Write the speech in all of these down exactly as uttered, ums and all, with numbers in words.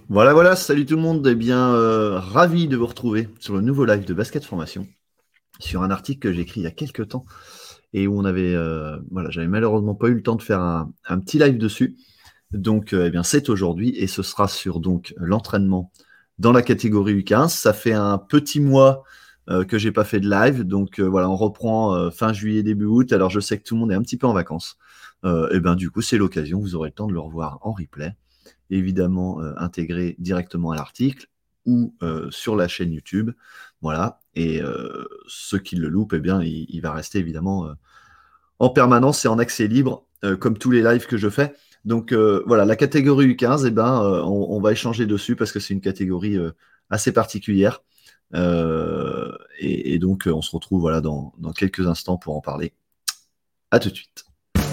Voilà, voilà, salut tout le monde, eh bien, euh, ravi de vous retrouver sur le nouveau live de Basket Formation, sur un article que j'ai écrit il y a quelques temps et où on avait, euh, voilà, j'avais malheureusement pas eu le temps de faire un, un petit live dessus. Donc, euh, eh bien, c'est aujourd'hui et ce sera sur donc l'entraînement dans la catégorie U quinze. Ça fait un petit mois euh, que j'ai pas fait de live, donc euh, voilà, on reprend euh, fin juillet, début août. Alors, je sais que tout le monde est un petit peu en vacances. Euh, et ben, du coup, c'est l'occasion, vous aurez le temps de le revoir en replay, évidemment euh, intégré directement à l'article ou euh, sur la chaîne YouTube. Voilà. Et euh, ceux qui le loupent, eh bien, il, il va rester évidemment euh, en permanence et en accès libre, euh, comme tous les lives que je fais. Donc euh, voilà, la catégorie U quinze, eh ben, euh, on, on, va échanger dessus parce que c'est une catégorie euh, assez particulière. Euh, et, et, donc, on se retrouve voilà, dans, dans quelques instants pour en parler. À tout de suite.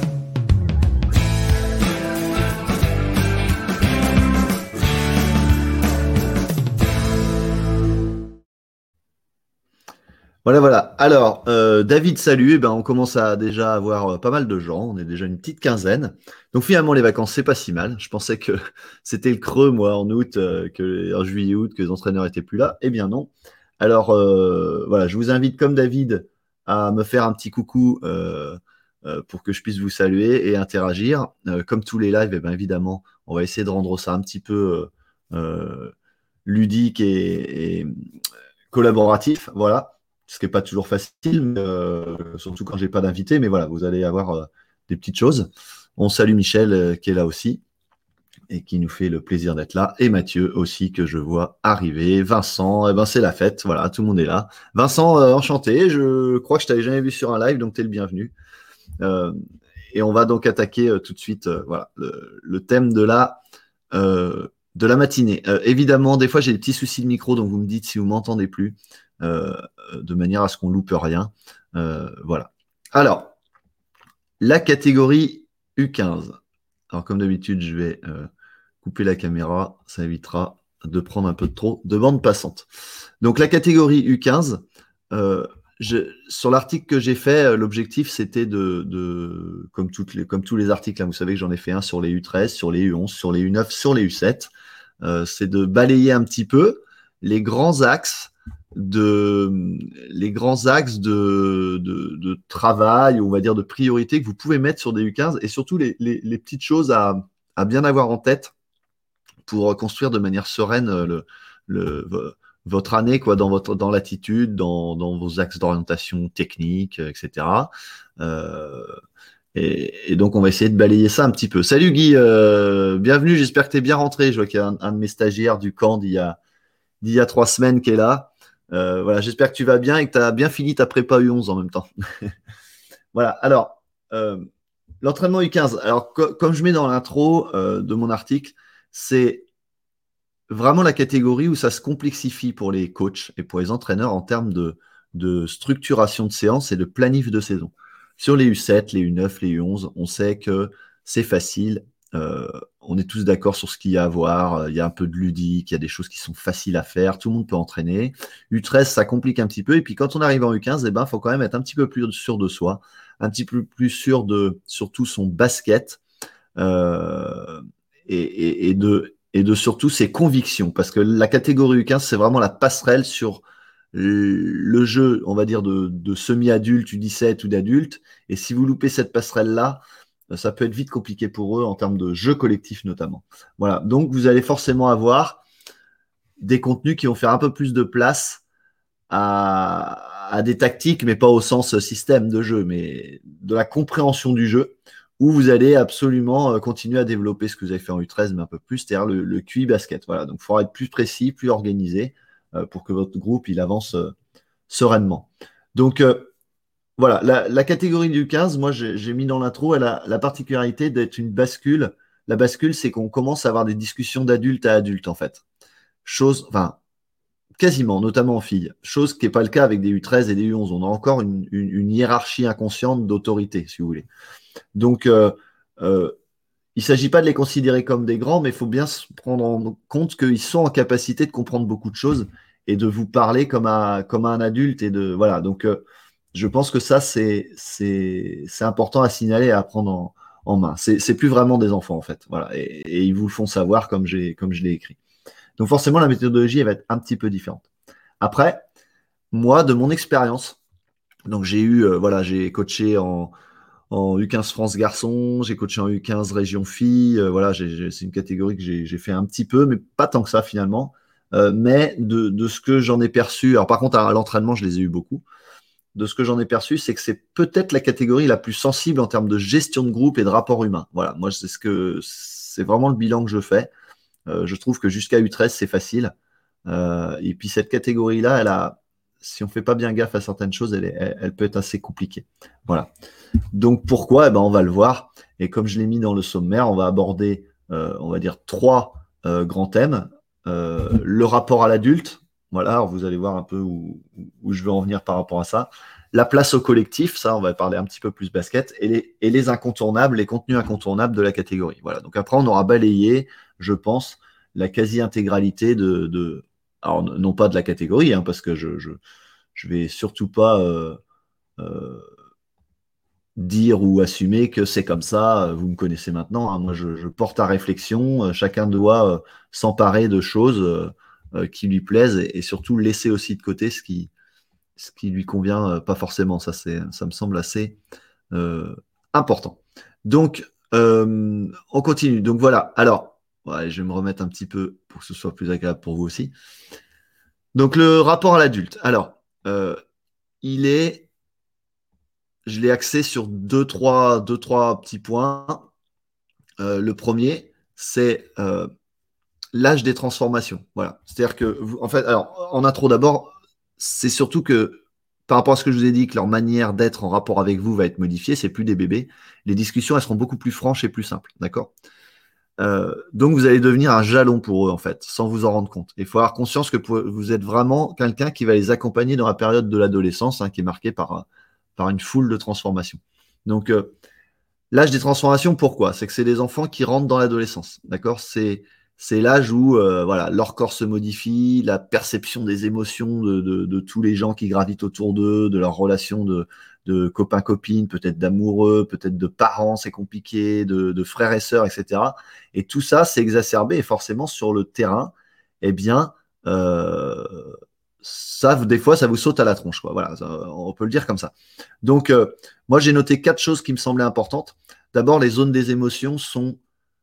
Voilà, voilà. Alors, euh, David, salut. Eh ben, on commence à déjà avoir euh, pas mal de gens. On est déjà une petite quinzaine. Donc, finalement, les vacances, c'est pas si mal. Je pensais que c'était le creux, moi, en août, euh, que, en juillet, août, que les entraîneurs étaient plus là. Eh bien, non. Alors, euh, voilà, je vous invite, comme David, à me faire un petit coucou euh, euh, pour que je puisse vous saluer et interagir. Euh, comme tous les lives, eh ben, évidemment, on va essayer de rendre ça un petit peu euh, euh, ludique et, et collaboratif. Voilà, ce qui n'est pas toujours facile, mais, euh, surtout quand j'ai pas d'invité. Mais voilà, vous allez avoir euh, des petites choses. On salue Michel euh, qui est là aussi et qui nous fait le plaisir d'être là. Et Mathieu aussi que je vois arriver. Vincent, eh ben, c'est la fête. Voilà, tout le monde est là. Vincent, euh, enchanté. Je crois que je t'avais jamais vu sur un live, donc tu es le bienvenu. Euh, et on va donc attaquer euh, tout de suite euh, voilà, le, le, thème de la, euh, de la matinée. Euh, évidemment, des fois, j'ai des petits soucis de micro, donc vous me dites si vous m'entendez plus, euh, de manière à ce qu'on loupe rien. Euh, voilà. Alors, la catégorie U quinze. Alors, comme d'habitude, je vais euh, couper la caméra, ça évitera de prendre un peu de trop de bande passante. Donc, la catégorie U quinze, euh, je, sur l'article que j'ai fait, l'objectif c'était de, de comme, toutes les, comme tous les articles, hein, vous savez que j'en ai fait un sur les U treize, sur les U onze, sur les U neuf, sur les U sept. Euh, c'est de balayer un petit peu les grands axes de les grands axes de, de, de travail, on va dire de priorité que vous pouvez mettre sur des U quinze et surtout les, les, les petites choses à, à, bien avoir en tête pour construire de manière sereine le, le, votre année quoi, dans, votre, dans l'attitude, dans, dans vos axes d'orientation technique, et cetera. Euh, et, et, donc, on va essayer de balayer ça un petit peu. Salut Guy, euh, bienvenue, j'espère que tu es bien rentré. Je vois qu'il y a un, un de mes stagiaires du camp d'il y a, d'il y a trois semaines qui est là. Euh, voilà, j'espère que tu vas bien et que tu as bien fini ta prépa U onze en même temps. Voilà, alors, euh, l'entraînement U quinze, alors co- comme je mets dans l'intro euh, de mon article, c'est vraiment la catégorie où ça se complexifie pour les coachs et pour les entraîneurs en termes de, de structuration de séance et de planif de saison. Sur les U sept, les U neuf, les U onze, on sait que c'est facile. Euh, on est tous d'accord sur ce qu'il y a à voir. Il y a un peu de ludique, il y a des choses qui sont faciles à faire. Tout le monde peut entraîner. U treize, ça complique un petit peu. Et puis quand on arrive en U quinze, eh ben, faut quand même être un petit peu plus sûr de soi, un petit peu plus sûr de surtout son basket. Euh, et, et, et, de, et de surtout ses convictions. Parce que la catégorie U quinze, c'est vraiment la passerelle sur le jeu, on va dire, de, de semi-adulte, U dix-sept ou d'adulte. Et si vous loupez cette passerelle-là, ça peut être vite compliqué pour eux en termes de jeu collectif notamment. Voilà, donc vous allez forcément avoir des contenus qui vont faire un peu plus de place à, à des tactiques, mais pas au sens système de jeu, mais de la compréhension du jeu, où vous allez absolument continuer à développer ce que vous avez fait en U treize, mais un peu plus, c'est-à-dire le, le Q I basket. Voilà, donc il faudra être plus précis, plus organisé euh, pour que votre groupe il avance euh, sereinement. Donc euh, voilà, la, la, catégorie du quinze, moi j'ai mis dans l'intro, elle a la particularité d'être une bascule. La bascule, c'est qu'on commence à avoir des discussions d'adulte à adulte en fait. Chose, enfin, quasiment, notamment en filles. Chose qui n'est pas le cas avec des U treize et des U onze. On a encore une, une, une hiérarchie inconsciente d'autorité, si vous voulez. Donc, euh, euh, il ne s'agit pas de les considérer comme des grands, mais il faut bien se prendre en compte qu'ils sont en capacité de comprendre beaucoup de choses et de vous parler comme à, comme à un adulte. Et de, voilà. Donc, euh, je pense que ça, c'est, c'est, c'est important à signaler et à prendre en, en main. C'est, c'est plus vraiment des enfants, en fait. Voilà. Et, et ils vous le font savoir comme, j'ai, comme je l'ai écrit. Donc forcément, la méthodologie elle va être un petit peu différente. Après, moi, de mon expérience, donc j'ai eu, euh, voilà, j'ai coaché en, en U quinze France garçon, j'ai coaché en U quinze région filles, euh, voilà, j'ai, j'ai, c'est une catégorie que j'ai, j'ai fait un petit peu, mais pas tant que ça finalement. Euh, mais de, de ce que j'en ai perçu, alors par contre à l'entraînement, je les ai eu beaucoup. De ce que j'en ai perçu, c'est que c'est peut-être la catégorie la plus sensible en termes de gestion de groupe et de rapport humain. Voilà, moi c'est ce que c'est vraiment le bilan que je fais. Euh, je trouve que jusqu'à U treize, c'est facile. Euh, et puis cette catégorie-là, elle a, si on fait pas bien gaffe à certaines choses, elle, est, elle, elle peut être assez compliquée. Voilà. Donc pourquoi? Eh ben, on va le voir. Et comme je l'ai mis dans le sommaire, on va aborder, euh, on va dire, trois euh, grands thèmes. Euh, le rapport à l'adulte. Voilà, alors vous allez voir un peu où, où je veux en venir par rapport à ça. La place au collectif, ça, on va parler un petit peu plus basket. Et les, et les incontournables, les contenus incontournables de la catégorie. Voilà. Donc après, on aura balayé, je pense, la quasi-intégralité de, de, alors non pas de la catégorie, hein, parce que je, je, je vais surtout pas euh, euh, dire ou assumer que c'est comme ça, euh, vous me connaissez maintenant, hein, moi je, je porte à réflexion, euh, chacun doit euh, s'emparer de choses euh, euh, qui lui plaisent et, et surtout laisser aussi de côté ce qui, ce qui lui convient euh, pas forcément. Ça, c'est, ça me semble assez euh, important. Donc, euh, on continue. Donc voilà, alors, ouais, je vais me remettre un petit peu pour que ce soit plus agréable pour vous aussi. Donc le rapport à l'adulte. Alors, euh, il est, je l'ai axé sur deux, trois, deux, trois petits points. Euh, le premier, c'est euh, l'âge des transformations. Voilà. C'est-à-dire que, vous, en fait, alors, en intro d'abord, c'est surtout que, par rapport à ce que je vous ai dit, que leur manière d'être en rapport avec vous va être modifiée, c'est plus des bébés. Les discussions, elles seront beaucoup plus franches et plus simples. D'accord? Euh, donc, vous allez devenir un jalon pour eux, en fait, sans vous en rendre compte. Il faut avoir conscience que pour, vous êtes vraiment quelqu'un qui va les accompagner dans la période de l'adolescence, hein, qui est marquée par, par une foule de transformations. Donc, euh, l'âge des transformations, pourquoi? C'est que c'est des enfants qui rentrent dans l'adolescence, d'accord? C'est c'est l'âge où euh, voilà, leur corps se modifie, la perception des émotions de, de, de tous les gens qui gravitent autour d'eux, de leurs relations de, de copains-copines, peut-être d'amoureux, peut-être de parents, c'est compliqué, de, de frères et sœurs, et cetera. Et tout ça, c'est exacerbé et forcément sur le terrain, eh bien, euh, ça, des fois, ça vous saute à la tronche, quoi. Voilà, ça, on peut le dire comme ça. Donc, euh, moi, j'ai noté quatre choses qui me semblaient importantes. D'abord, les zones des émotions sont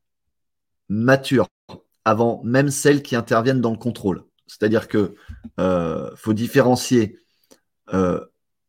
matures avant même celles qui interviennent dans le contrôle. C'est-à-dire que euh, faut différencier. Euh,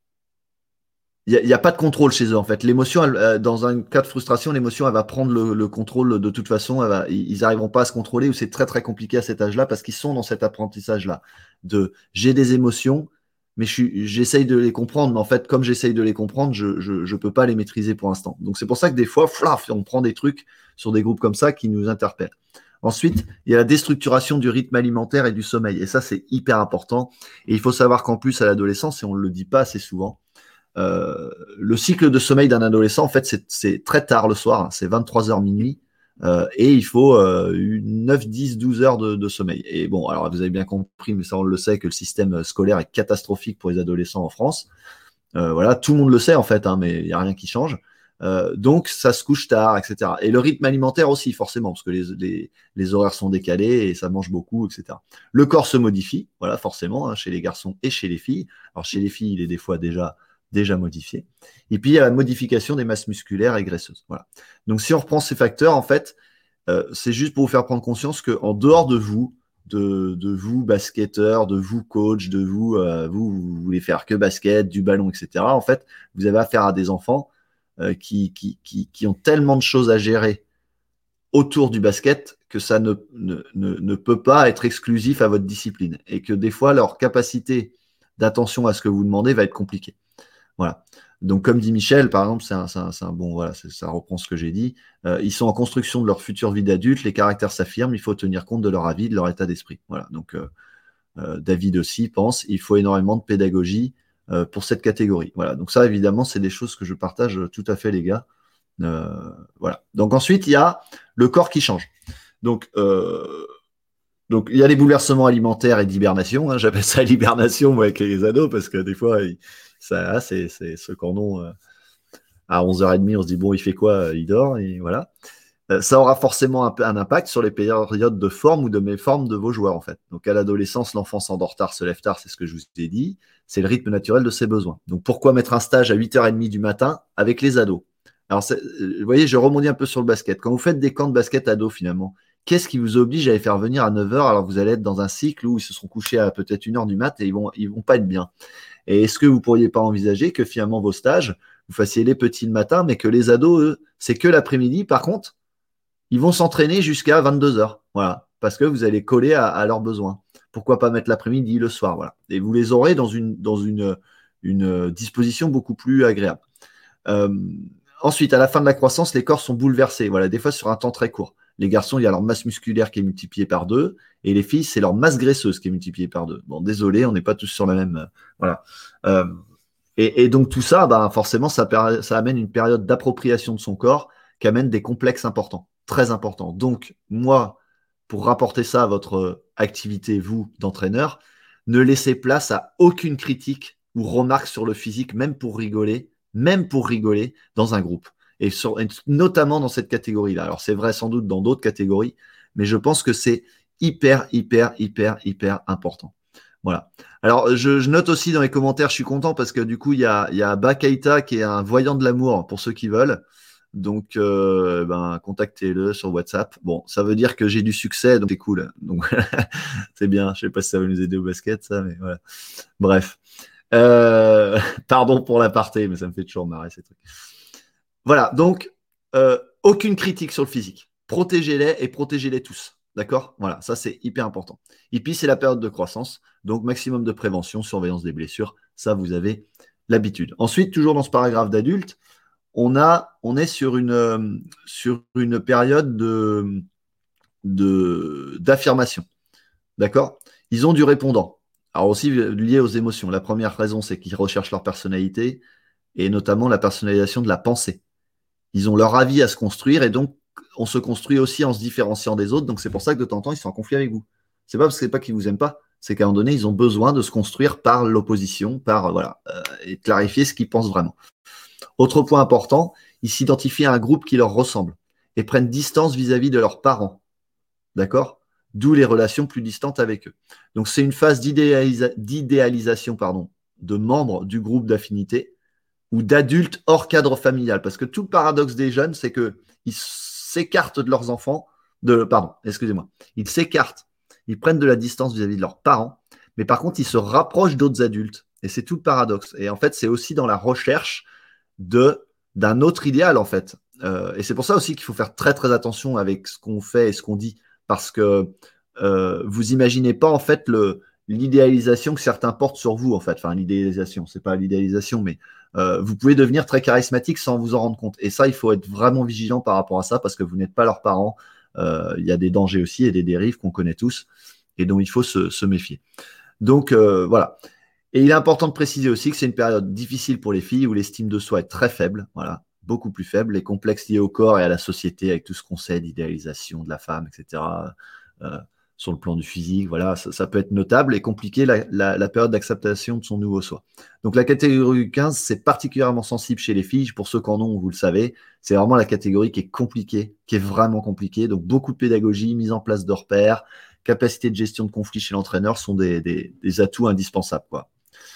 Il n'y a, a, pas de contrôle chez eux en fait. L'émotion, elle, euh, dans un cas de frustration, l'émotion, elle va prendre le, le contrôle de toute façon. Elle va, ils n'arriveront pas à se contrôler ou c'est très très compliqué à cet âge-là parce qu'ils sont dans cet apprentissage-là. De j'ai des émotions, mais j'essaye de les comprendre. Mais en fait, comme j'essaye de les comprendre, je ne peux pas les maîtriser pour l'instant. Donc c'est pour ça que des fois, flaf, on prend des trucs sur des groupes comme ça qui nous interpellent. Ensuite, il y a la déstructuration du rythme alimentaire et du sommeil. Et ça, c'est hyper important. Et il faut savoir qu'en plus, à l'adolescence, et on ne le dit pas assez souvent, euh, le cycle de sommeil d'un adolescent, en fait, c'est très tard le soir, hein, c'est vingt-trois heures minuit, euh, et il faut euh, neuf, dix, douze heures de, de sommeil. Et bon, alors vous avez bien compris, mais ça on le sait, que le système scolaire est catastrophique pour les adolescents en France. Euh, voilà, tout le monde le sait en fait, hein, mais il n'y a rien qui change. Euh, donc ça se couche tard, et cetera. Et le rythme alimentaire aussi, forcément, parce que les, les, les horaires sont décalés et ça mange beaucoup, et cetera. Le corps se modifie, voilà, forcément, hein, chez les garçons et chez les filles. Alors chez les filles, il est des fois déjà déjà modifié. Et puis, il y a la modification des masses musculaires et graisseuses. Voilà. Donc, si on reprend ces facteurs, en fait, euh, c'est juste pour vous faire prendre conscience qu'en dehors de vous, de, de vous, basketteur, de vous, coach, de vous, euh, vous, vous voulez faire que basket, du ballon, et cetera, en fait, vous avez affaire à des enfants euh, qui, qui, qui, qui ont tellement de choses à gérer autour du basket que ça ne, ne, ne, ne peut pas être exclusif à votre discipline et que des fois, leur capacité d'attention à ce que vous demandez va être compliquée. Voilà. Donc, comme dit Michel, par exemple, c'est un, un, un, bon, voilà, ça reprend ce que j'ai dit. Euh, ils sont en construction de leur future vie d'adulte, les caractères s'affirment, il faut tenir compte de leur avis, de leur état d'esprit. Voilà. Donc, euh, euh, David aussi pense, il faut énormément de pédagogie euh, pour cette catégorie. Voilà. Donc, ça, évidemment, c'est des choses que je partage tout à fait, les gars. Euh, voilà. Donc, ensuite, il y a le corps qui change. Donc, euh, donc, il y a les bouleversements alimentaires et d'hibernation. Hein, j'appelle ça l'hibernation, moi, avec les ados, parce que des fois, ils, ça, c'est, c'est ce cordon euh, à onze heures trente, on se dit, bon, il fait quoi? Il dort, et voilà. euh, ça aura forcément un, un impact sur les périodes de forme ou de méforme de vos joueurs, en fait. Donc, à l'adolescence, l'enfant s'endort tard, se lève tard, c'est ce que je vous ai dit. C'est le rythme naturel de ses besoins. Donc, pourquoi mettre un stage à huit heures trente du matin avec les ados? Alors, vous voyez, je rebondis un peu sur le basket. Quand vous faites des camps de basket ados, finalement, qu'est-ce qui vous oblige à les faire venir à neuf heures alors que vous allez être dans un cycle où ils se seront couchés à peut-être une heure du mat et ils vont, ils vont pas être bien? Et est-ce que vous ne pourriez pas envisager que finalement vos stages, vous fassiez les petits le matin, mais que les ados, eux, c'est que l'après-midi? Par contre, ils vont s'entraîner jusqu'à vingt-deux heures. Voilà. Parce que vous allez coller à, à leurs besoins. Pourquoi pas mettre l'après-midi, le soir, voilà. Et vous les aurez dans une, dans une, une disposition beaucoup plus agréable. Euh, ensuite, à la fin de la croissance, les corps sont bouleversés. Voilà, des fois sur un temps très court. Les garçons, il y a leur masse musculaire qui est multipliée par deux, et les filles, c'est leur masse graisseuse qui est multipliée par deux. Bon, désolé, on n'est pas tous sur la même. Euh, voilà. Euh, et, et donc tout ça, bah, forcément, ça, ça amène une période d'appropriation de son corps qui amène des complexes importants, très importants. Donc, moi, pour rapporter ça à votre activité, vous, d'entraîneur, ne laissez place à aucune critique ou remarque sur le physique, même pour rigoler, même pour rigoler dans un groupe. Et, sur, et notamment dans cette catégorie-là. Alors, c'est vrai sans doute dans d'autres catégories, mais je pense que c'est hyper, hyper, hyper, hyper important. Voilà. Alors, je, je note aussi dans les commentaires, je suis content parce que du coup, il y a, il y a Bakaita qui est un voyant de l'amour pour ceux qui veulent. Donc, euh, ben, contactez-le sur WhatsApp. Bon, ça veut dire que j'ai du succès, donc c'est cool. Donc, c'est bien. Je sais pas si ça va nous aider au basket, ça, mais voilà. Bref. Euh, pardon pour l'aparté, mais ça me fait toujours marrer ces trucs. Voilà. Donc, euh, aucune critique sur le physique. Protégez-les et protégez-les tous. D'accord? Voilà, ça c'est hyper important. Et puis c'est la période de croissance, donc maximum de prévention, surveillance des blessures, ça vous avez l'habitude. Ensuite, toujours dans ce paragraphe d'adulte, on, a, on est sur une, euh, sur une période de, de, d'affirmation. D'accord? Ils ont du répondant. Alors aussi lié aux émotions. La première raison, c'est qu'ils recherchent leur personnalité et notamment la personnalisation de la pensée. Ils ont leur avis à se construire et donc on se construit aussi en se différenciant des autres. Donc c'est pour ça que de temps en temps, ils sont en conflit avec vous. C'est pas parce que c'est pas qu'ils vous aiment pas, c'est qu'à un moment donné, ils ont besoin de se construire par l'opposition, par voilà, euh, et clarifier ce qu'ils pensent vraiment. Autre point important, ils s'identifient à un groupe qui leur ressemble et prennent distance vis-à-vis de leurs parents. D'accord? D'où les relations plus distantes avec eux. Donc c'est une phase d'idéalisa- d'idéalisation pardon, de membres du groupe d'affinité ou d'adultes hors cadre familial. Parce que tout le paradoxe des jeunes, c'est qu'ils s'écartent de leurs enfants, de, pardon, excusez-moi, ils s'écartent, ils prennent de la distance vis-à-vis de leurs parents, mais par contre, ils se rapprochent d'autres adultes. Et c'est tout le paradoxe. Et en fait, c'est aussi dans la recherche de, d'un autre idéal, en fait. Euh, et c'est pour ça aussi qu'il faut faire très, très attention avec ce qu'on fait et ce qu'on dit. Parce que euh, vous imaginez pas, en fait, le, l'idéalisation que certains portent sur vous, en fait. Enfin, l'idéalisation, c'est pas l'idéalisation, mais euh, vous pouvez devenir très charismatique sans vous en rendre compte. Et ça, il faut être vraiment vigilant par rapport à ça parce que vous n'êtes pas leurs parents. Euh, il y a des dangers aussi et des dérives qu'on connaît tous et dont il faut se, se méfier. Donc, euh, voilà. Et il est important de préciser aussi que c'est une période difficile pour les filles où l'estime de soi est très faible, voilà, beaucoup plus faible. Les complexes liés au corps et à la société avec tout ce qu'on sait d'idéalisation de la femme, et cetera, euh, sur le plan du physique, voilà, ça, ça peut être notable et compliquer la, la, la période d'acceptation de son nouveau soi. Donc la catégorie quinze, c'est particulièrement sensible chez les filles. Pour ceux qui en ont, vous le savez, c'est vraiment la catégorie qui est compliquée, qui est vraiment compliquée. Donc beaucoup de pédagogie, mise en place de repères, capacité de gestion de conflits chez l'entraîneur sont des, des, des atouts indispensables, quoi.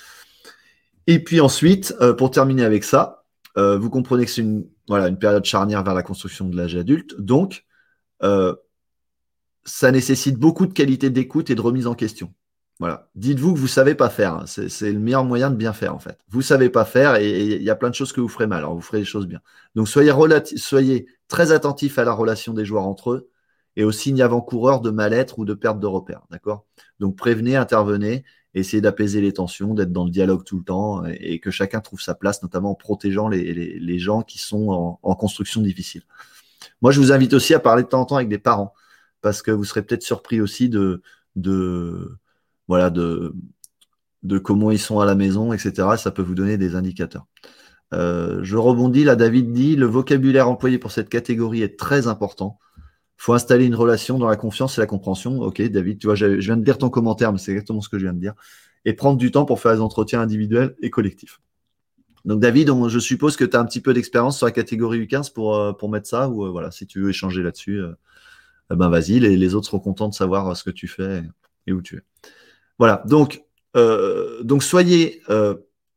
Et puis ensuite, euh, pour terminer avec ça, euh, vous comprenez que c'est une, voilà, une période charnière vers la construction de l'âge adulte. Donc, euh, ça nécessite beaucoup de qualité d'écoute et de remise en question. Voilà. Dites-vous que vous ne savez pas faire. Hein. C'est, c'est le meilleur moyen de bien faire, en fait. Vous ne savez pas faire et il y a plein de choses que vous ferez mal. Alors, vous ferez les choses bien. Donc, soyez, relati- soyez très attentifs à la relation des joueurs entre eux et aux signes avant-coureurs de mal-être ou de perte de repères. D'accord? Donc, prévenez, intervenez, essayez d'apaiser les tensions, d'être dans le dialogue tout le temps et, et que chacun trouve sa place, notamment en protégeant les, les, les gens qui sont en, en construction difficile. Moi, je vous invite aussi à parler de temps en temps avec des parents parce que vous serez peut-être surpris aussi de, de, voilà, de, de comment ils sont à la maison, et cetera. Ça peut vous donner des indicateurs. Euh, je rebondis, là, David dit, le vocabulaire employé pour cette catégorie est très important. Il faut installer une relation dans la confiance et la compréhension. Ok, David, tu vois, je viens de lire ton commentaire, mais c'est exactement ce que je viens de dire. Et prendre du temps pour faire les entretiens individuels et collectifs. Donc David, on, je suppose que tu as un petit peu d'expérience sur la catégorie U quinze pour, euh, pour mettre ça, ou euh, voilà, si tu veux échanger là-dessus, euh, eh ben vas-y, les, les autres seront contents de savoir euh, ce que tu fais et où tu es. Voilà, donc, euh, donc soyez, euh,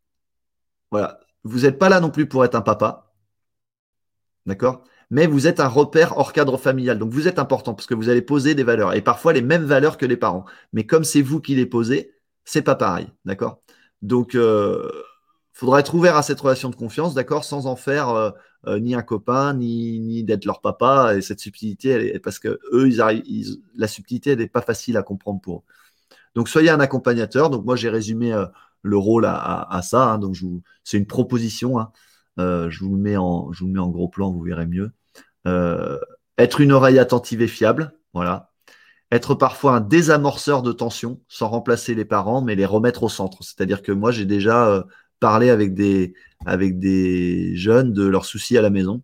voilà, vous n'êtes pas là non plus pour être un papa, d'accord? Mais vous êtes un repère hors cadre familial. Donc vous êtes important parce que vous allez poser des valeurs et parfois les mêmes valeurs que les parents. Mais comme c'est vous qui les posez, c'est pas pareil, d'accord? Donc il euh, faudra être ouvert à cette relation de confiance, d'accord? Sans en faire euh, euh, ni un copain, ni, ni d'être leur papa. Et cette subtilité, elle est, parce que eux, ils arrivent, ils, la subtilité, elle n'est pas facile à comprendre pour eux. Donc soyez un accompagnateur. Donc moi, j'ai résumé euh, le rôle à, à, à ça. Hein. Donc je vous, c'est une proposition. Hein. Euh, je, vous le mets en, je vous le mets en gros plan, vous verrez mieux. Euh, être une oreille attentive et fiable, voilà. Être parfois un désamorceur de tension, sans remplacer les parents, mais les remettre au centre. C'est-à-dire que moi, j'ai déjà euh, parlé avec des, avec des jeunes de leurs soucis à la maison.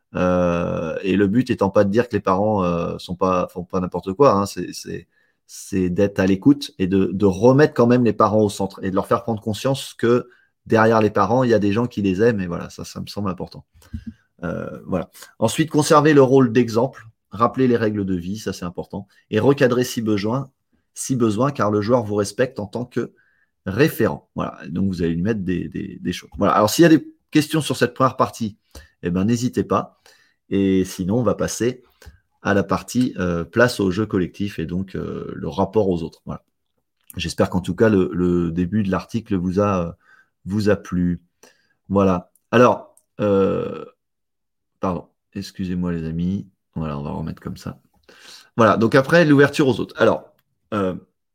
Euh, et le but étant pas de dire que les parents euh, sont pas, font pas n'importe quoi. Hein. C'est, c'est, c'est d'être à l'écoute et de, de remettre quand même les parents au centre et de leur faire prendre conscience que derrière les parents, il y a des gens qui les aiment. Et voilà, ça, ça me semble important. Euh, voilà. Ensuite, conserver le rôle d'exemple, rappeler les règles de vie, ça c'est important, et recadrer si besoin, si besoin, car le joueur vous respecte en tant que référent. Voilà. Donc vous allez lui mettre des, des, des choses. Voilà. Alors s'il y a des questions sur cette première partie, eh ben n'hésitez pas. Et sinon, on va passer à la partie euh, place au jeu collectif et donc euh, le rapport aux autres. Voilà. J'espère qu'en tout cas le, le début de l'article vous a, euh, vous a plu. Voilà. Alors. Euh, Pardon, excusez-moi les amis. Voilà, on va remettre comme ça. Voilà, donc après, l'ouverture aux autres. Alors, euh,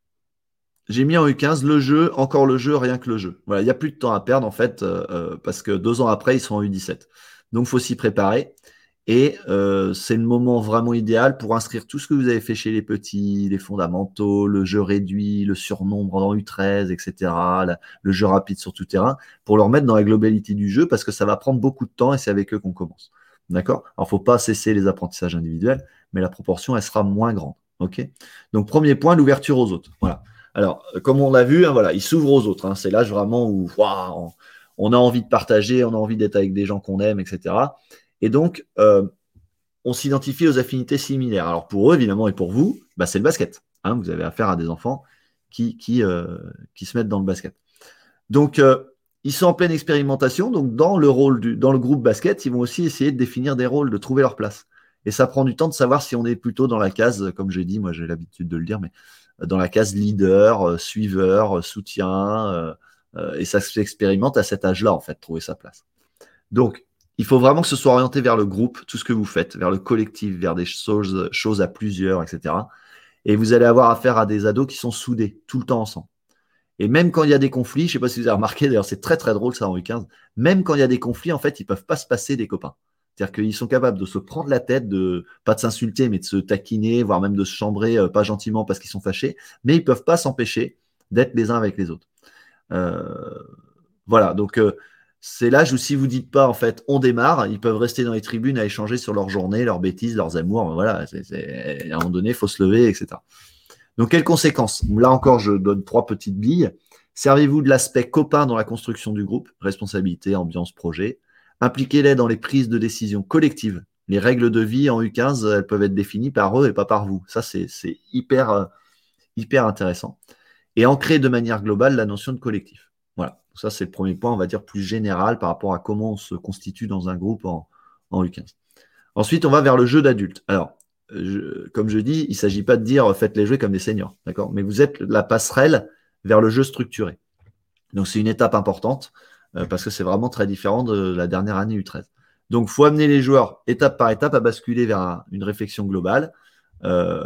j'ai mis en U quinze le jeu, encore le jeu, rien que le jeu. Voilà, il n'y a plus de temps à perdre en fait, euh, euh, parce que deux ans après, ils sont en U dix-sept. Donc, il faut s'y préparer. Et euh, c'est le moment vraiment idéal pour inscrire tout ce que vous avez fait chez les petits, les fondamentaux, le jeu réduit, le surnombre dans U treize, et cetera, la, le jeu rapide sur tout terrain, pour leur mettre dans la globalité du jeu, parce que ça va prendre beaucoup de temps et c'est avec eux qu'on commence. D'accord? Alors, il ne faut pas cesser les apprentissages individuels, mais la proportion, elle sera moins grande. OK? Donc, premier point, l'ouverture aux autres. Voilà. Alors, comme on l'a vu, hein, voilà, il s'ouvre aux autres. Hein. C'est l'âge vraiment où wow, on, on a envie de partager, on a envie d'être avec des gens qu'on aime, et cetera. Et donc, euh, on s'identifie aux affinités similaires. Alors, pour eux, évidemment, et pour vous, bah, c'est le basket. Hein. Vous avez affaire à des enfants qui, qui, euh, qui se mettent dans le basket. Donc, euh, ils sont en pleine expérimentation. Donc, dans le rôle du, dans le groupe basket, ils vont aussi essayer de définir des rôles, de trouver leur place. Et ça prend du temps de savoir si on est plutôt dans la case, comme j'ai dit, moi j'ai l'habitude de le dire, mais dans la case leader, euh, suiveur, euh, soutien. Euh, euh, et ça s'expérimente à cet âge-là, en fait, trouver sa place. Donc, il faut vraiment que ce soit orienté vers le groupe, tout ce que vous faites, vers le collectif, vers des choses, choses à plusieurs, et cetera. Et vous allez avoir affaire à des ados qui sont soudés tout le temps ensemble. Et même quand il y a des conflits, je ne sais pas si vous avez remarqué, d'ailleurs c'est très très drôle ça en U quinze, même quand il y a des conflits, en fait, ils ne peuvent pas se passer des copains. C'est-à-dire qu'ils sont capables de se prendre la tête, de pas de s'insulter, mais de se taquiner, voire même de se chambrer, euh, pas gentiment parce qu'ils sont fâchés, mais ils ne peuvent pas s'empêcher d'être les uns avec les autres. Euh, voilà, donc euh, c'est l'âge où si vous dites pas, en fait, on démarre, ils peuvent rester dans les tribunes à échanger sur leur journée, leurs bêtises, leurs amours. Voilà, c'est, c'est, à un moment donné, il faut se lever, et cetera. Donc, quelles conséquences? Là encore, je donne trois petites billes. Servez-vous de l'aspect copain dans la construction du groupe, responsabilité, ambiance, projet. Impliquez-les dans les prises de décision collectives. Les règles de vie en U quinze, elles peuvent être définies par eux et pas par vous. Ça, c'est, c'est hyper, euh, hyper intéressant. Et ancrer de manière globale la notion de collectif. Voilà. Ça, c'est le premier point, on va dire, plus général par rapport à comment on se constitue dans un groupe en, en U quinze. Ensuite, on va vers le jeu d'adulte. Alors, je, comme je dis, il ne s'agit pas de dire faites-les jouer comme des seniors, d'accord? Mais vous êtes la passerelle vers le jeu structuré. Donc, c'est une étape importante euh, parce que c'est vraiment très différent de la dernière année U treize. Donc, il faut amener les joueurs étape par étape à basculer vers un, une réflexion globale. Euh,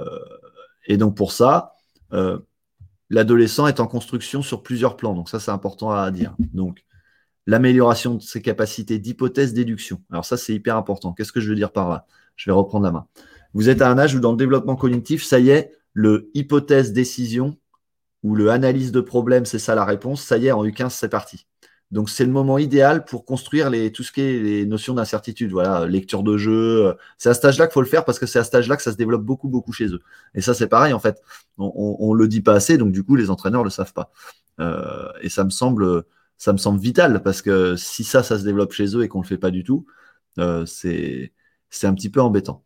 et donc, pour ça, euh, l'adolescent est en construction sur plusieurs plans. Donc, ça, c'est important à dire. Donc, l'amélioration de ses capacités d'hypothèse déduction. Alors ça, c'est hyper important. Qu'est-ce que je veux dire par là? Je vais reprendre la main. Vous êtes à un âge où dans le développement cognitif, ça y est, le hypothèse décision ou le analyse de problème, c'est ça la réponse. Ça y est, en U quinze, c'est parti. Donc c'est le moment idéal pour construire les, tout ce qui est les notions d'incertitude. Voilà, lecture de jeu. C'est à cet âge-là qu'il faut le faire parce que c'est à cet âge-là que ça se développe beaucoup, beaucoup chez eux. Et ça, c'est pareil en fait. On ne le dit pas assez, donc du coup, les entraîneurs ne le savent pas. Euh, et ça me semble ça me semble vital parce que si ça, ça se développe chez eux et qu'on ne le fait pas du tout, euh, c'est, c'est un petit peu embêtant.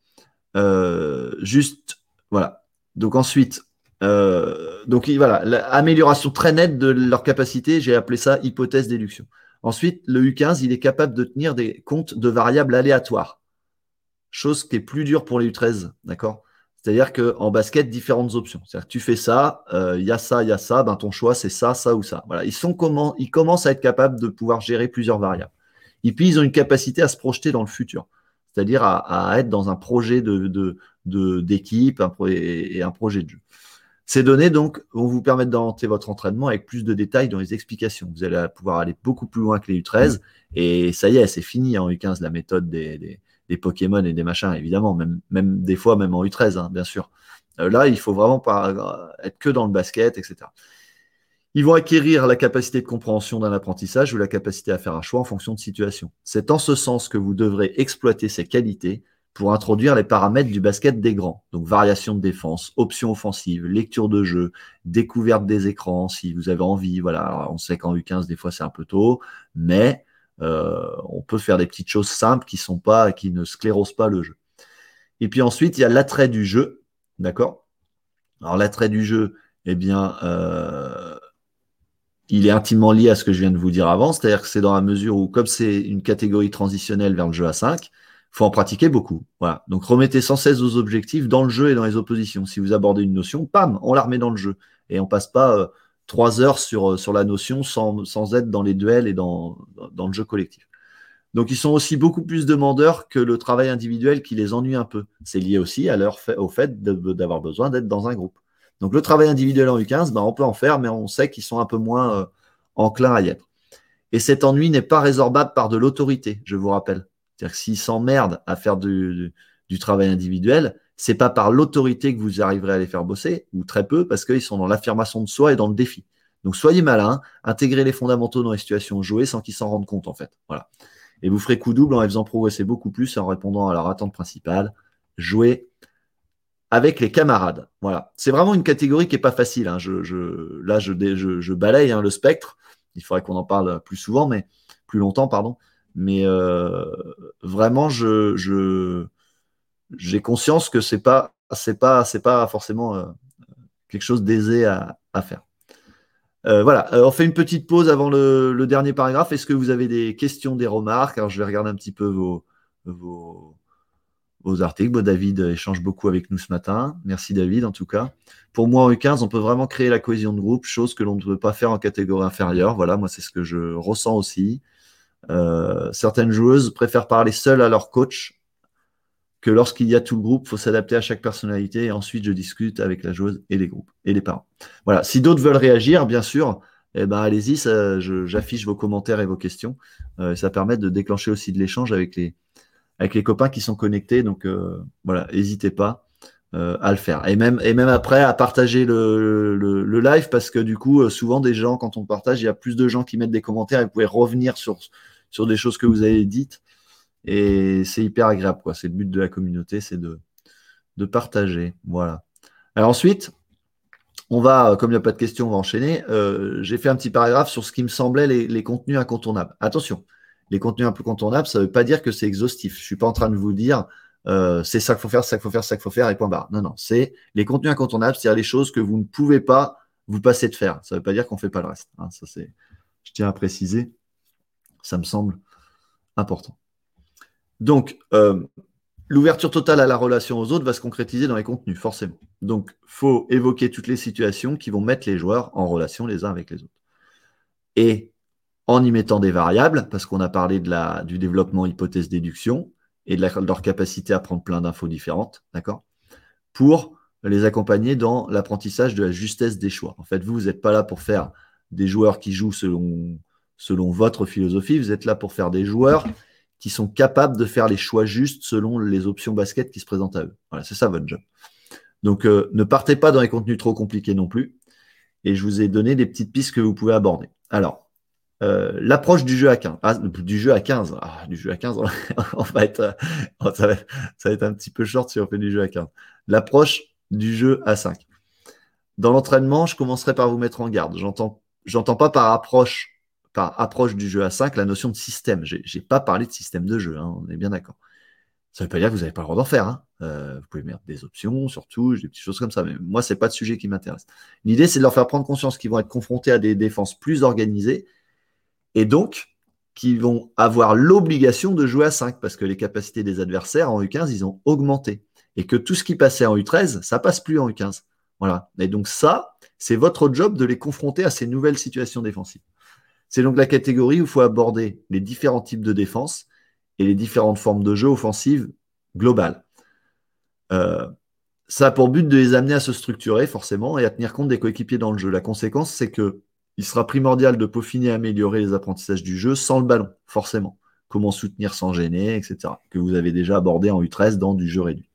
Euh, juste, voilà. Donc ensuite, euh, donc voilà, l'amélioration très nette de leur capacité, j'ai appelé ça hypothèse déduction. Ensuite, le U quinze, il est capable de tenir des comptes de variables aléatoires, chose qui est plus dure pour les U treize, d'accord? C'est-à-dire qu'en basket, différentes options. C'est-à-dire que tu fais ça, il euh, y a ça, il y a ça, ben ton choix c'est ça, ça ou ça. Voilà. Ils, sont comment, ils commencent à être capables de pouvoir gérer plusieurs variables. Et puis, ils ont une capacité à se projeter dans le futur, c'est-à-dire à, à être dans un projet de, de, de, d'équipe un pro- et, et un projet de jeu. Ces données, donc, vont vous permettre d'orienter votre entraînement avec plus de détails dans les explications. Vous allez pouvoir aller beaucoup plus loin que les U treize. Et ça y est, c'est fini en U quinze, la méthode des, des, des Pokémon et des machins, évidemment. Même, même des fois, même en U treize, hein, bien sûr. Euh, là, il faut vraiment pas être que dans le basket, et cetera. Ils vont acquérir la capacité de compréhension d'un apprentissage ou la capacité à faire un choix en fonction de situation. C'est en ce sens que vous devrez exploiter ces qualités pour introduire les paramètres du basket des grands. Donc variation de défense, options offensives, lecture de jeu, découverte des écrans si vous avez envie. Voilà, alors, on sait qu'en U quinze, des fois, c'est un peu tôt, mais euh, on peut faire des petites choses simples qui sont pas, qui ne sclérosent pas le jeu. Et puis ensuite, il y a l'attrait du jeu. D'accord? Alors l'attrait du jeu, eh bien, euh, il est intimement lié à ce que je viens de vous dire avant, c'est-à-dire que c'est dans la mesure où, comme c'est une catégorie transitionnelle vers le jeu à cinq, il faut en pratiquer beaucoup. Voilà. Donc remettez sans cesse vos objectifs dans le jeu et dans les oppositions. Si vous abordez une notion, pam, on la remet dans le jeu. Et on passe pas euh, trois heures sur, euh, sur la notion sans, sans être dans les duels et dans, dans le jeu collectif. Donc ils sont aussi beaucoup plus demandeurs que le travail individuel qui les ennuie un peu. C'est lié aussi à leur fait, au fait de, d'avoir besoin d'être dans un groupe. Donc le travail individuel en U quinze, ben, on peut en faire, mais on sait qu'ils sont un peu moins euh, enclins à y être. Et cet ennui n'est pas résorbable par de l'autorité, je vous rappelle. C'est-à-dire que s'ils s'emmerdent à faire du, du, du travail individuel, c'est pas par l'autorité que vous arriverez à les faire bosser, ou très peu, parce qu'ils sont dans l'affirmation de soi et dans le défi. Donc soyez malins, intégrez les fondamentaux dans les situations jouées sans qu'ils s'en rendent compte, en fait. Voilà. Et vous ferez coup double en les faisant progresser beaucoup plus en répondant à leur attente principale. Jouer avec les camarades. Voilà. C'est vraiment une catégorie qui n'est pas facile. Hein. Je, je, là, je, je, je balaye hein, le spectre. Il faudrait qu'on en parle plus souvent, mais plus longtemps, pardon. Mais euh, vraiment, je, je, j'ai conscience que c'est pas, c'est pas, c'est pas forcément euh, quelque chose d'aisé à, à faire. Euh, voilà, euh, on fait une petite pause avant le, le dernier paragraphe. Est-ce que vous avez des questions, des remarques? Alors, je vais regarder un petit peu vos, vos, vos articles. Bon, David échange beaucoup avec nous ce matin. Merci David, en tout cas. Pour moi, en U quinze, on peut vraiment créer la cohésion de groupe, chose que l'on ne peut pas faire en catégorie inférieure. Voilà, moi, c'est ce que je ressens aussi. Euh, certaines joueuses préfèrent parler seules à leur coach que lorsqu'il y a tout le groupe, il faut s'adapter à chaque personnalité et ensuite je discute avec la joueuse et les groupes et les parents. Voilà. Si d'autres veulent réagir, bien sûr, eh ben, allez-y, ça, je, j'affiche vos commentaires et vos questions. Euh, ça permet de déclencher aussi de l'échange avec les, avec les copains qui sont connectés. Donc euh, voilà, n'hésitez pas euh, à le faire. Et même, et même après, à partager le, le, le live parce que du coup, euh, souvent des gens, quand on partage, il y a plus de gens qui mettent des commentaires et vous pouvez revenir sur, sur des choses que vous avez dites. Et c'est hyper agréable, quoi. C'est le but de la communauté, c'est de, de partager. Voilà. Alors ensuite, on va, comme il n'y a pas de questions, on va enchaîner. Euh, j'ai fait un petit paragraphe sur ce qui me semblait les, les contenus incontournables. Attention, les contenus incontournables, ça ne veut pas dire que c'est exhaustif. Je ne suis pas en train de vous dire euh, c'est ça qu'il faut faire, c'est ça qu'il faut faire, c'est ça qu'il faut faire et point barre. Non, non, c'est les contenus incontournables, c'est-à-dire les choses que vous ne pouvez pas vous passer de faire. Ça ne veut pas dire qu'on ne fait pas le reste. Hein. Ça, c'est, je tiens à préciser. Ça me semble important. Donc, euh, l'ouverture totale à la relation aux autres va se concrétiser dans les contenus, forcément. Donc, il faut évoquer toutes les situations qui vont mettre les joueurs en relation les uns avec les autres. Et en y mettant des variables, parce qu'on a parlé de la, du développement hypothèse-déduction et de, la, de leur capacité à prendre plein d'infos différentes, d'accord, pour les accompagner dans l'apprentissage de la justesse des choix. En fait, vous, vous n'êtes pas là pour faire des joueurs qui jouent selon, selon votre philosophie, vous êtes là pour faire des joueurs qui sont capables de faire les choix justes selon les options basket qui se présentent à eux. Voilà, c'est ça votre job. Donc, euh, ne partez pas dans les contenus trop compliqués non plus. Et je vous ai donné des petites pistes que vous pouvez aborder. Alors, euh, l'approche du jeu à quinze. Ah, du jeu à quinze. Ah, du jeu à quinze, on va être, ça, va, ça va être un petit peu short si on fait du jeu à quinze. L'approche du jeu à cinq. Dans l'entraînement, je commencerai par vous mettre en garde. J'entends, j'entends pas par approche par approche du jeu à cinq la notion de système. J'ai n'ai pas parlé de système de jeu, hein, on est bien d'accord. Ça ne veut pas dire que vous n'avez pas le droit d'en faire. Hein. Euh, vous pouvez mettre des options, surtout, des petites choses comme ça. Mais moi, ce n'est pas le sujet qui m'intéresse. L'idée, c'est de leur faire prendre conscience qu'ils vont être confrontés à des défenses plus organisées et donc qu'ils vont avoir l'obligation de jouer à cinq parce que les capacités des adversaires en U quinze, ils ont augmenté. Et que tout ce qui passait en U treize, ça passe plus en U quinze. Voilà. Et donc ça, c'est votre job de les confronter à ces nouvelles situations défensives. C'est donc la catégorie où il faut aborder les différents types de défense et les différentes formes de jeu offensives globales. Euh, ça a pour but de les amener à se structurer forcément et à tenir compte des coéquipiers dans le jeu. La conséquence, c'est que il sera primordial de peaufiner et améliorer les apprentissages du jeu sans le ballon, forcément. Comment soutenir sans gêner, et cetera. Que vous avez déjà abordé en U treize dans du jeu réduit.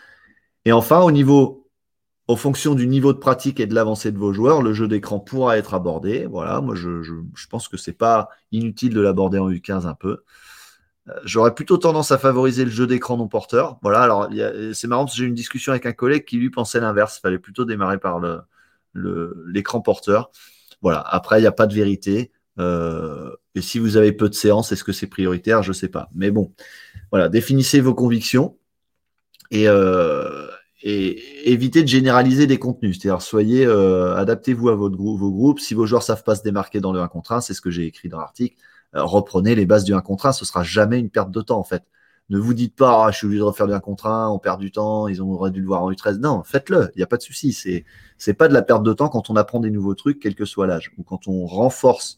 Et enfin, au niveau, en fonction du niveau de pratique et de l'avancée de vos joueurs, le jeu d'écran pourra être abordé. Voilà, moi je, je, je pense que c'est pas inutile de l'aborder en U quinze un peu. J'aurais plutôt tendance à favoriser le jeu d'écran non porteur. Voilà, alors c'est marrant parce que j'ai eu une discussion avec un collègue qui lui pensait l'inverse. Il fallait plutôt démarrer par le, le, l'écran porteur. Voilà, après, il n'y a pas de vérité. Euh, et si vous avez peu de séances, est-ce que c'est prioritaire? Je ne sais pas. Mais bon, voilà, définissez vos convictions et, euh, et évitez de généraliser des contenus. C'est-à-dire, soyez, euh, adaptez-vous à votre grou- vos groupes. Si vos joueurs ne savent pas se démarquer dans le un contre un, c'est ce que j'ai écrit dans l'article. Euh, reprenez les bases du un contre un, ce sera jamais une perte de temps en fait. Ne vous dites pas, ah, je suis obligé de refaire du un contre un, on perd du temps, ils auraient dû le voir en U treize. Non, faites-le, il n'y a pas de souci. C'est, c'est pas de la perte de temps quand on apprend des nouveaux trucs, quel que soit l'âge, ou quand on renforce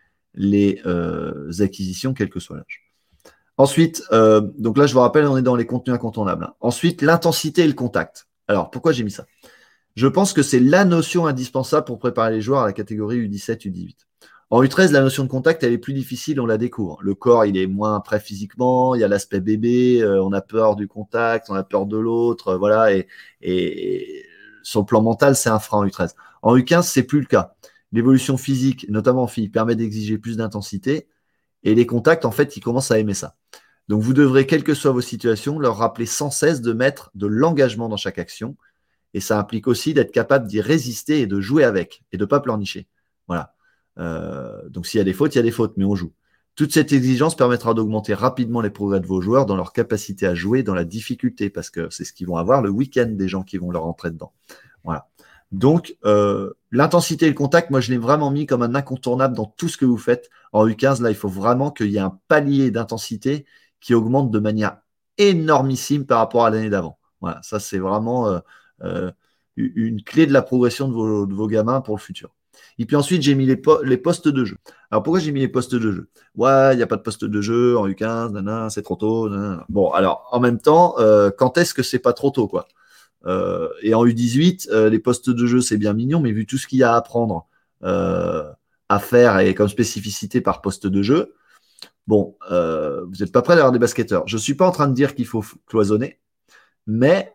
les euh, acquisitions, quel que soit l'âge. Ensuite, euh, donc là, je vous rappelle, on est dans les contenus incontournables. Hein. Ensuite, l'intensité et le contact. Alors, pourquoi j'ai mis ça? Je pense que c'est la notion indispensable pour préparer les joueurs à la catégorie U dix-sept, U dix-huit. En U treize, la notion de contact, elle est plus difficile, on la découvre. Le corps, il est moins prêt physiquement, il y a l'aspect bébé, euh, on a peur du contact, on a peur de l'autre, euh, voilà, et, et, et sur le plan mental, c'est un frein en U treize. En U quinze, c'est plus le cas. L'évolution physique, notamment en filles, permet d'exiger plus d'intensité, et les contacts, en fait, ils commencent à aimer ça. Donc, vous devrez, quelles que soient vos situations, leur rappeler sans cesse de mettre de l'engagement dans chaque action, et ça implique aussi d'être capable d'y résister et de jouer avec, et de ne pas pleurnicher. Voilà. Euh, donc s'il y a des fautes, il y a des fautes, mais on joue. Toute cette exigence permettra d'augmenter rapidement les progrès de vos joueurs dans leur capacité à jouer dans la difficulté, parce que c'est ce qu'ils vont avoir le week-end des gens qui vont leur rentrer dedans. Voilà. Donc euh, l'intensité et le contact, moi je l'ai vraiment mis comme un incontournable dans tout ce que vous faites. En U quinze, là, il faut vraiment qu'il y ait un palier d'intensité qui augmente de manière énormissime par rapport à l'année d'avant. Voilà, ça c'est vraiment euh, euh, une clé de la progression de vos, de vos gamins pour le futur. Et puis ensuite, j'ai mis les, po les postes de jeu. Alors pourquoi j'ai mis les postes de jeu? Ouais, il n'y a pas de poste de jeu en U quinze, c'est trop tôt. Nanana. Bon, alors en même temps, euh, quand est-ce que c'est pas trop tôt, quoi? euh, Et en U dix-huit, euh, les postes de jeu, c'est bien mignon, mais vu tout ce qu'il y a à apprendre, euh, à faire et comme spécificité par poste de jeu, bon, euh, vous n'êtes pas prêt d'avoir des basketteurs. Je ne suis pas en train de dire qu'il faut cloisonner, mais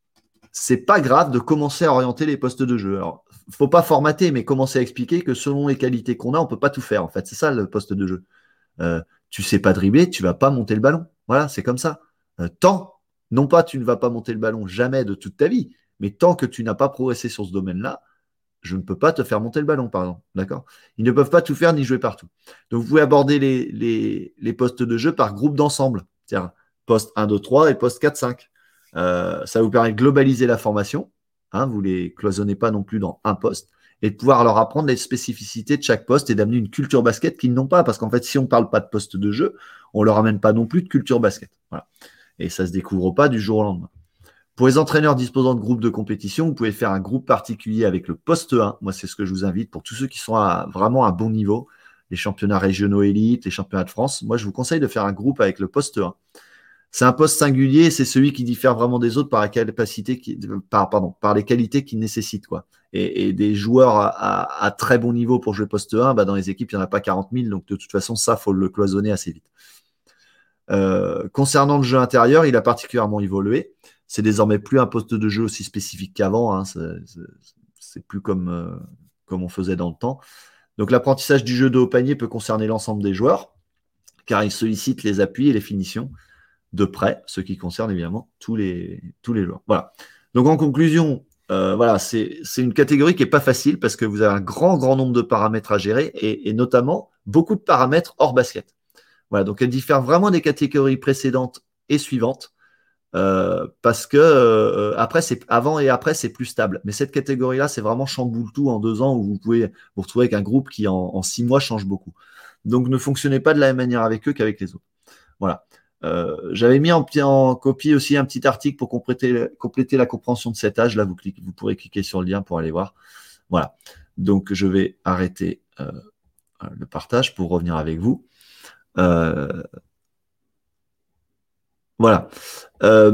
c'est pas grave de commencer à orienter les postes de jeu. Alors, faut pas formater, mais commencer à expliquer que selon les qualités qu'on a, on peut pas tout faire. En fait, c'est ça le poste de jeu. Euh, tu sais pas dribbler, tu vas pas monter le ballon. Voilà, c'est comme ça. Euh, tant, non pas tu ne vas pas monter le ballon jamais de toute ta vie, mais tant que tu n'as pas progressé sur ce domaine-là, je ne peux pas te faire monter le ballon, par exemple. D'accord? Ils ne peuvent pas tout faire ni jouer partout. Donc, vous pouvez aborder les, les, les postes de jeu par groupe d'ensemble. C'est-à-dire poste un, deux, trois et poste quatre, cinq. Euh, ça vous permet de globaliser la formation. Hein, vous ne les cloisonnez pas non plus dans un poste. Et de pouvoir leur apprendre les spécificités de chaque poste et d'amener une culture basket qu'ils n'ont pas. Parce qu'en fait, si on ne parle pas de poste de jeu, on ne leur amène pas non plus de culture basket. Voilà. Et ça ne se découvre pas du jour au lendemain. Pour les entraîneurs disposant de groupes de compétition, vous pouvez faire un groupe particulier avec le poste un. Moi, c'est ce que je vous invite pour tous ceux qui sont à vraiment à bon niveau, les championnats régionaux élites, les championnats de France. Moi, je vous conseille de faire un groupe avec le poste un. C'est un poste singulier, c'est celui qui diffère vraiment des autres par la capacité, qui, par, pardon, par les qualités qu'il nécessite, quoi. Et, et des joueurs à, à, à très bon niveau pour jouer poste un, bah dans les équipes, il n'y en a pas quarante mille, donc de toute façon, ça, il faut le cloisonner assez vite. Euh, concernant le jeu intérieur, il a particulièrement évolué. C'est désormais plus un poste de jeu aussi spécifique qu'avant. Hein. C'est plus comme, euh, comme on faisait dans le temps. Donc l'apprentissage du jeu de haut panier peut concerner l'ensemble des joueurs, car il sollicite les appuis et les finitions de près, ce qui concerne évidemment tous les, tous les joueurs. Voilà. Donc en conclusion, euh, voilà, c'est une catégorie qui n'est pas facile parce que vous avez un grand, grand nombre de paramètres à gérer et, et notamment, beaucoup de paramètres hors basket. Voilà, donc elle diffère vraiment des catégories précédentes et suivantes. Euh, parce que euh, après c'est avant et après c'est plus stable. Mais cette catégorie-là, c'est vraiment chamboule tout en deux ans où vous pouvez vous retrouver avec un groupe qui en, en six mois change beaucoup. Donc ne fonctionnez pas de la même manière avec eux qu'avec les autres. Voilà. Euh, J'avais mis en, en copie aussi un petit article pour compléter, compléter la compréhension de cet âge. Là, vous, cliquez, vous pourrez cliquer sur le lien pour aller voir. Voilà. Donc je vais arrêter euh, le partage pour revenir avec vous. Euh, Voilà. Euh,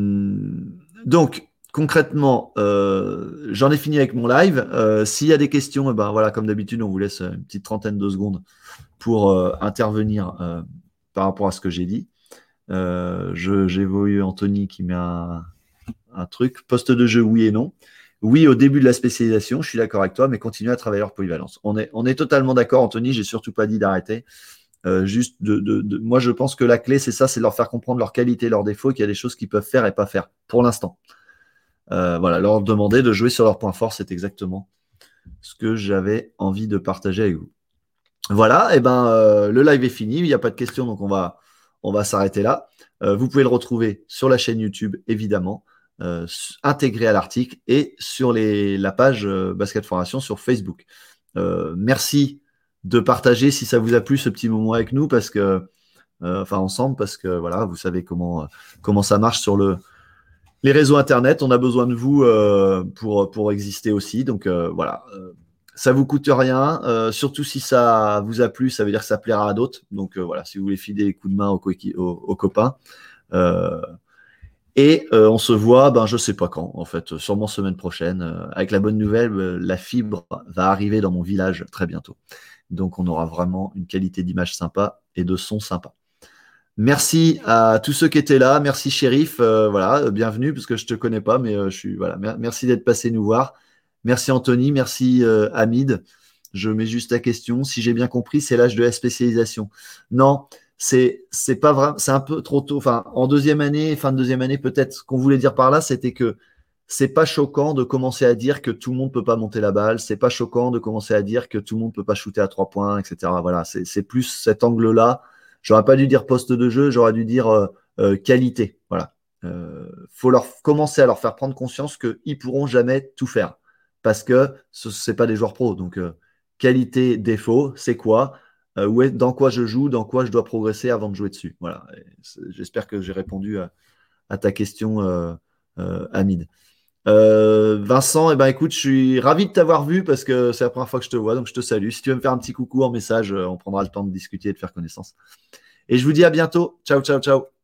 donc, concrètement, euh, j'en ai fini avec mon live. Euh, S'il y a des questions, eh ben, voilà, comme d'habitude, on vous laisse une petite trentaine de secondes pour euh, intervenir euh, par rapport à ce que j'ai dit. Euh, J'ai vu Anthony qui met un, un truc. Poste de jeu, oui et non. Oui, au début de la spécialisation, je suis d'accord avec toi, mais continuez à travailler leur polyvalence. On est, on est totalement d'accord, Anthony. J'ai surtout pas dit d'arrêter. Euh, juste de, de, de, moi, je pense que la clé, c'est ça, c'est de leur faire comprendre leurs qualités, leurs défauts, qu'il y a des choses qu'ils peuvent faire et pas faire pour l'instant. Euh, voilà, leur demander de jouer sur leurs points forts, c'est exactement ce que j'avais envie de partager avec vous. Voilà, et ben euh, le live est fini, il n'y a pas de questions, donc on va, on va s'arrêter là. Euh, vous pouvez le retrouver sur la chaîne YouTube, évidemment, euh, intégré à l'article et sur les, la page euh, Basket Formation sur Facebook. Euh, merci de partager si ça vous a plu ce petit moment avec nous, parce que, euh, enfin ensemble, parce que voilà, vous savez comment, euh, comment ça marche sur le, les réseaux Internet. On a besoin de vous euh, pour, pour exister aussi. Donc euh, voilà, euh, ça vous coûte rien. Euh, surtout si ça vous a plu, ça veut dire que ça plaira à d'autres. Donc euh, voilà, si vous voulez filer des coups de main aux, aux, aux copains. Euh, et euh, on se voit, ben, je sais pas quand, en fait, sûrement semaine prochaine. Euh, avec la bonne nouvelle, euh, la fibre va arriver dans mon village très bientôt. Donc on aura vraiment une qualité d'image sympa et de son sympa. Merci à tous ceux qui étaient là. Merci Chérif, euh, voilà, euh, bienvenue parce que je te connais pas, mais euh, je suis voilà. Mer- Merci d'être passé nous voir. Merci Anthony, merci euh, Hamid. Je mets juste la question. Si j'ai bien compris, c'est l'âge de la spécialisation. Non, c'est c'est pas vrai. C'est un peu trop tôt. Enfin, en deuxième année, fin de deuxième année, peut-être. Ce qu'on voulait dire par là, c'était que c'est pas choquant de commencer à dire que tout le monde peut pas monter la balle. C'est pas choquant de commencer à dire que tout le monde peut pas shooter à trois points, et cetera. Voilà, c'est c'est plus cet angle-là. J'aurais pas dû dire poste de jeu, j'aurais dû dire euh, euh, qualité. Voilà. Euh, faut leur commencer à leur faire prendre conscience qu'ils pourront jamais tout faire parce que ce c'est pas des joueurs pros. Donc euh, qualité, défaut, c'est quoi euh, où est, dans quoi je joue, dans quoi je dois progresser avant de jouer dessus. Voilà. J'espère que j'ai répondu à, à ta question, euh, euh, Hamid. Euh, Vincent, eh ben, écoute, je suis ravi de t'avoir vu parce que c'est la première fois que je te vois, donc je te salue. Si tu veux me faire un petit coucou en message, euh, on prendra le temps de discuter et de faire connaissance. Et je vous dis à bientôt. Ciao, ciao, ciao.